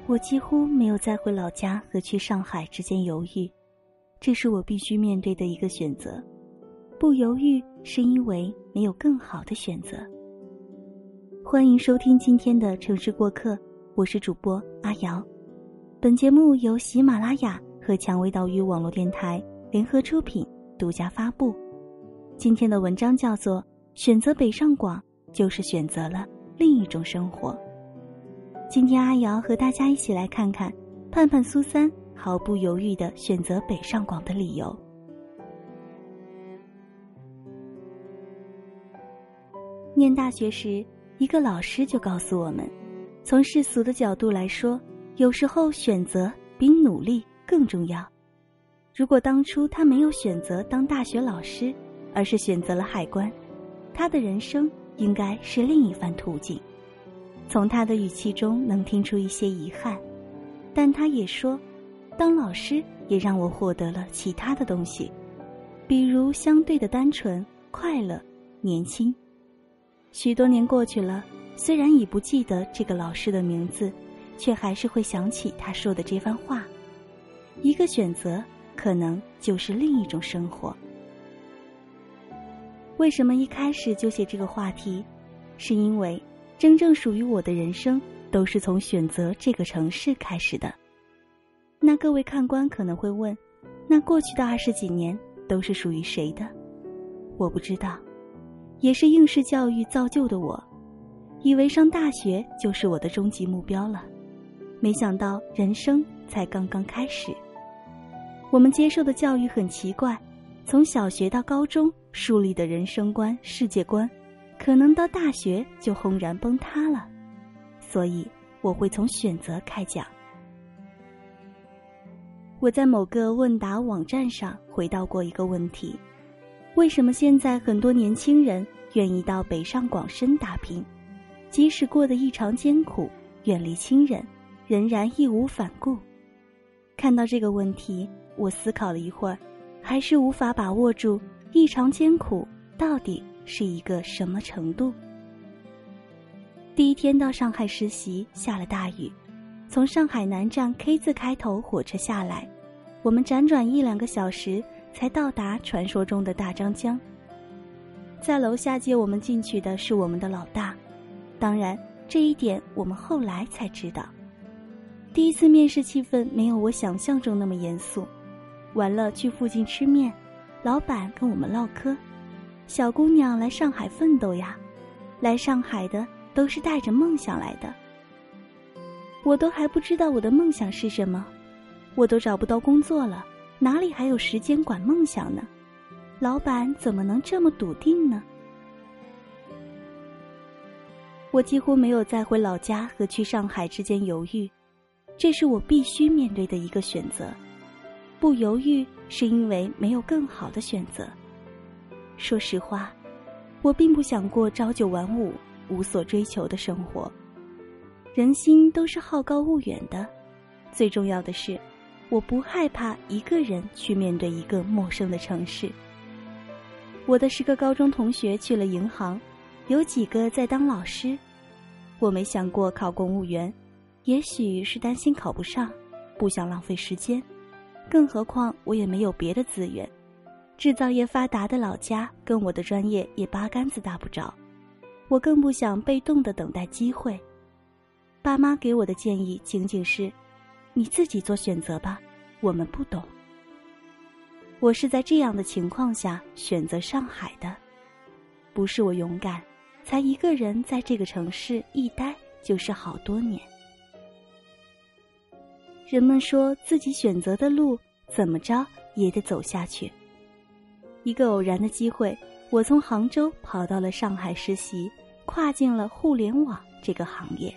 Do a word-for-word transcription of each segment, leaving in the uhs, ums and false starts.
我几乎没有再回老家和去上海之间犹豫，这是我必须面对的一个选择。不犹豫是因为没有更好的选择。欢迎收听今天的城市过客，我是主播阿瑶。本节目由喜马拉雅和蔷薇岛屿网络电台联合出品，独家发布。今天的文章叫做选择北上广，就是选择了另一种生活。今天阿瑶和大家一起来看看盼盼苏三毫不犹豫地选择北上广的理由。念大学时，一个老师就告诉我们，从世俗的角度来说，有时候选择比努力更重要。如果当初他没有选择当大学老师，而是选择了海关，他的人生应该是另一番途径。从他的语气中能听出一些遗憾，但他也说，当老师也让我获得了其他的东西，比如相对的单纯、快乐、年轻。许多年过去了，虽然已不记得这个老师的名字，却还是会想起他说的这番话。一个选择，可能就是另一种生活。为什么一开始就写这个话题？是因为真正属于我的人生都是从选择这个城市开始的。那各位看官可能会问，那过去的二十几年都是属于谁的？我不知道，也是应试教育造就的我，以为上大学就是我的终极目标了，没想到人生才刚刚开始。我们接受的教育很奇怪，从小学到高中树立的人生观、世界观，可能到大学就轰然崩塌了。所以我会从选择开讲。我在某个问答网站上回答过一个问题，为什么现在很多年轻人愿意到北上广深打拼，即使过得异常艰苦，远离亲人，仍然义无反顾？看到这个问题，我思考了一会儿，还是无法把握住异常艰苦到底是一个什么程度。第一天到上海实习，下了大雨，从上海南站 K 字开头火车下来，我们辗转一两个小时才到达传说中的大张江。在楼下接我们进去的是我们的老大，当然这一点我们后来才知道。第一次面试气氛没有我想象中那么严肃，完了去附近吃面，老板跟我们唠嗑，小姑娘来上海奋斗呀，来上海的都是带着梦想来的。我都还不知道我的梦想是什么，我都找不到工作了，哪里还有时间管梦想呢？老板怎么能这么笃定呢？我几乎没有再回老家和去上海之间犹豫，这是我必须面对的一个选择。不犹豫是因为没有更好的选择。说实话，我并不想过朝九晚五、无所追求的生活。人心都是好高骛远的，最重要的是，我不害怕一个人去面对一个陌生的城市。我的十个高中同学去了银行，有几个在当老师。我没想过考公务员，也许是担心考不上，不想浪费时间。更何况我也没有别的资源，制造业发达的老家跟我的专业也八竿子打不着，我更不想被动地等待机会。爸妈给我的建议仅仅是，你自己做选择吧，我们不懂。我是在这样的情况下选择上海的，不是我勇敢，才一个人在这个城市一待就是好多年。人们说自己选择的路怎么着也得走下去。一个偶然的机会，我从杭州跑到了上海实习，跨进了互联网这个行业。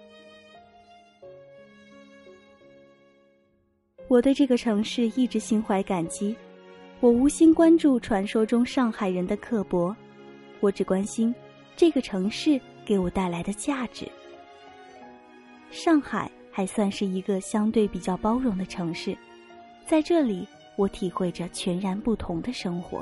我对这个城市一直心怀感激，我无心关注传说中上海人的刻薄，我只关心这个城市给我带来的价值。上海还算是一个相对比较包容的城市，在这里我体会着全然不同的生活。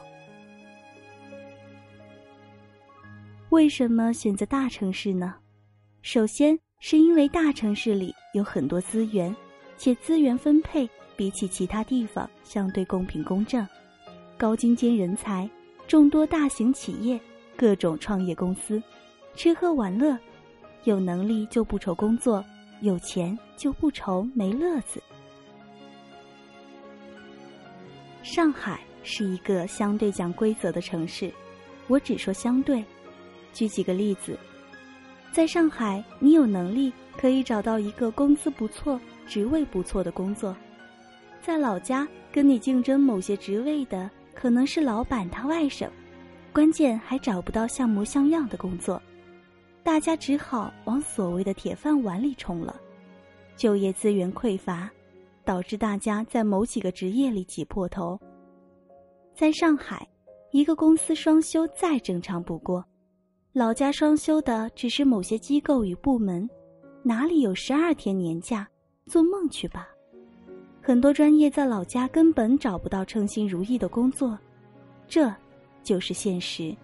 为什么选择大城市呢？首先是因为大城市里有很多资源，且资源分配比起其他地方相对公平公正，高精尖人才，众多大型企业，各种创业公司，吃喝玩乐，有能力就不愁工作，有钱就不愁没乐子。上海是一个相对讲规则的城市，我只说相对。举几个例子，在上海，你有能力可以找到一个工资不错、职位不错的工作。在老家，跟你竞争某些职位的可能是老板他外甥，关键还找不到像模像样的工作，大家只好往所谓的铁饭碗里冲了。就业资源匮乏，导致大家在某几个职业里挤破头。在上海，一个公司双休再正常不过，老家双休的只是某些机构与部门，哪里有十二天年假，做梦去吧。很多专业在老家根本找不到称心如意的工作，这就是现实。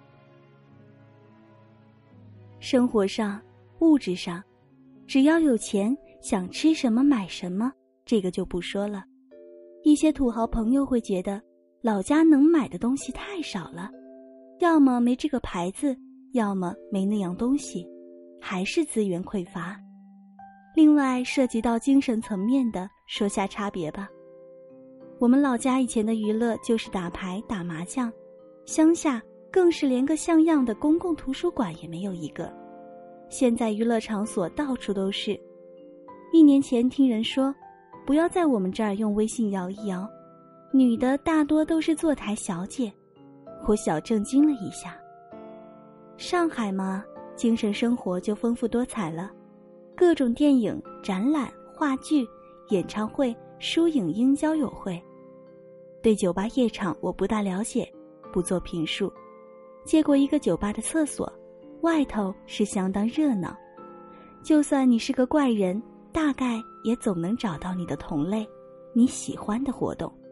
生活上、物质上，只要有钱，想吃什么买什么，这个就不说了。一些土豪朋友会觉得老家能买的东西太少了，要么没这个牌子，要么没那样东西，还是资源匮乏。另外涉及到精神层面的，说下差别吧。我们老家以前的娱乐就是打牌打麻将，乡下更是连个像样的公共图书馆也没有一个。现在娱乐场所到处都是。一年前听人说，不要在我们这儿用微信摇一摇，女的大多都是坐台小姐，我小震惊了一下。上海嘛，精神生活就丰富多彩了，各种电影、展览、话剧、演唱会、书影音交友会。对酒吧夜场我不大了解，不做评述。借过一个酒吧的厕所，外头是相当热闹，就算你是个怪人，大概也总能找到你的同类，你喜欢的活动。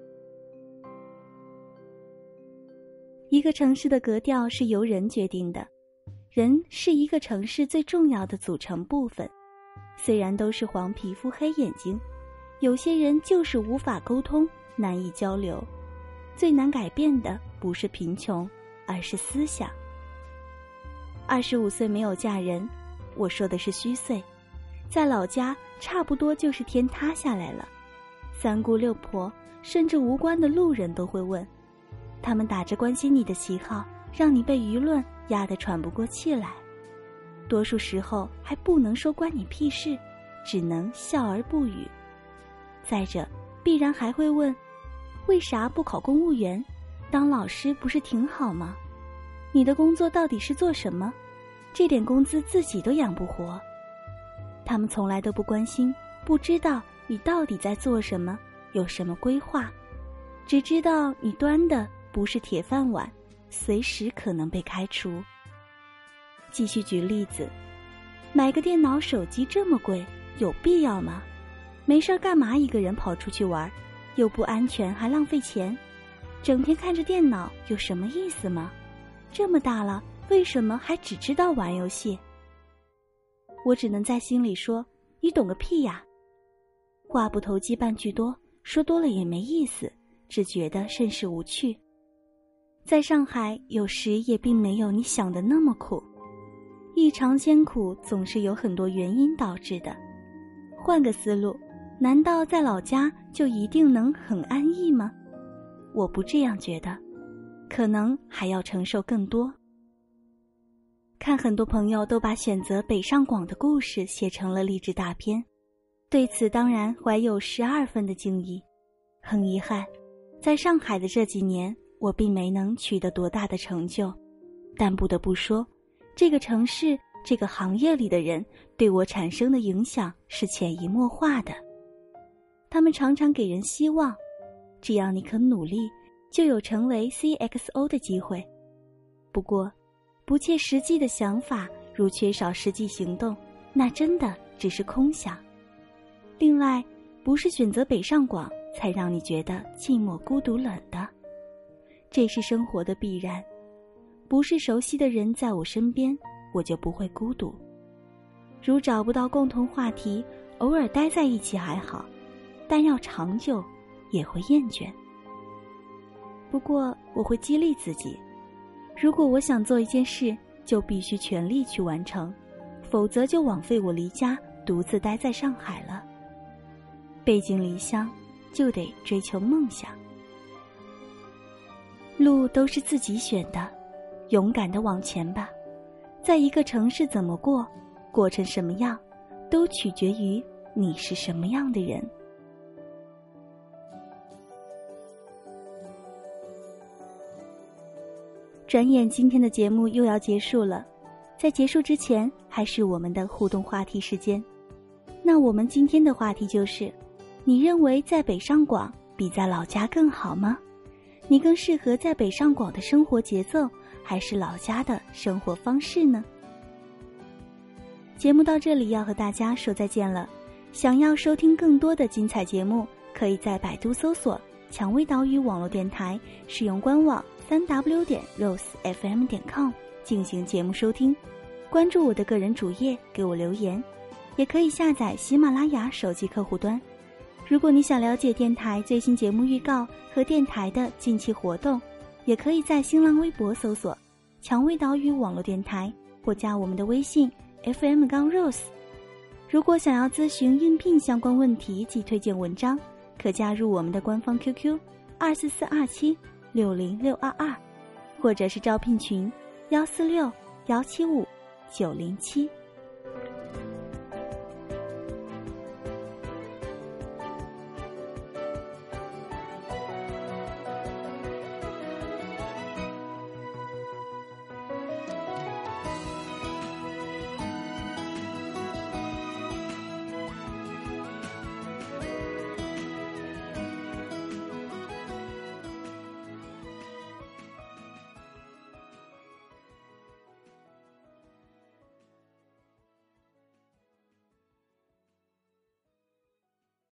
一个城市的格调是由人决定的，人是一个城市最重要的组成部分。虽然都是黄皮肤黑眼睛，有些人就是无法沟通，难以交流。最难改变的不是贫穷，而是思想。二十五岁没有嫁人，我说的是虚岁，在老家差不多就是天塌下来了。三姑六婆甚至无关的路人都会问，他们打着关心你的旗号，让你被舆论压得喘不过气来。多数时候还不能说关你屁事，只能笑而不语。再者，必然还会问，为啥不考公务员？当老师不是挺好吗？你的工作到底是做什么？这点工资自己都养不活。他们从来都不关心，不知道你到底在做什么，有什么规划，只知道你端的不是铁饭碗，随时可能被开除。继续举例子，买个电脑手机这么贵，有必要吗？没事干嘛一个人跑出去玩，又不安全还浪费钱，整天看着电脑有什么意思吗？这么大了，为什么还只知道玩游戏？我只能在心里说，你懂个屁呀！话不投机半句多，说多了也没意思，只觉得甚是无趣。在上海，有时也并没有你想的那么苦。异常艰苦总是有很多原因导致的。换个思路，难道在老家就一定能很安逸吗？我不这样觉得，可能还要承受更多。看很多朋友都把选择北上广的故事写成了励志大篇，对此当然怀有十二分的敬意。很遗憾，在上海的这几年，我并没能取得多大的成就，但不得不说，这个城市这个行业里的人对我产生的影响是潜移默化的。他们常常给人希望，只要你肯努力，就有成为 C X O 的机会。不过不切实际的想法，如缺少实际行动，那真的只是空想。另外，不是选择北上广才让你觉得寂寞孤独冷的，这是生活的必然。不是熟悉的人在我身边，我就不会孤独。 如找不到共同话题，偶尔待在一起还好，但要长久也会厌倦。不过我会激励自己，如果我想做一件事，就必须全力去完成，否则就枉费我离家独自待在上海了。背井离乡，就得追求梦想。路都是自己选的，勇敢地往前吧。在一个城市怎么过，过成什么样，都取决于你是什么样的人。转眼今天的节目又要结束了，在结束之前，还是我们的互动话题时间。那我们今天的话题就是，你认为在北上广比在老家更好吗？你更适合在北上广的生活节奏，还是老家的生活方式呢？节目到这里要和大家说再见了。想要收听更多的精彩节目，可以在百度搜索蔷薇岛屿网络电台，使用官网 三 w 点 rose f m 点 com 进行节目收听。关注我的个人主页，给我留言，也可以下载喜马拉雅手机客户端。如果你想了解电台最新节目预告和电台的近期活动，也可以在新浪微博搜索蔷薇岛屿网络电台，或加我们的微信 F M Rose。 如果想要咨询应聘相关问题及推荐文章，可加入我们的官方 Q Q 二四四二七六零六二二，或者是招聘群幺四六幺七五九零七。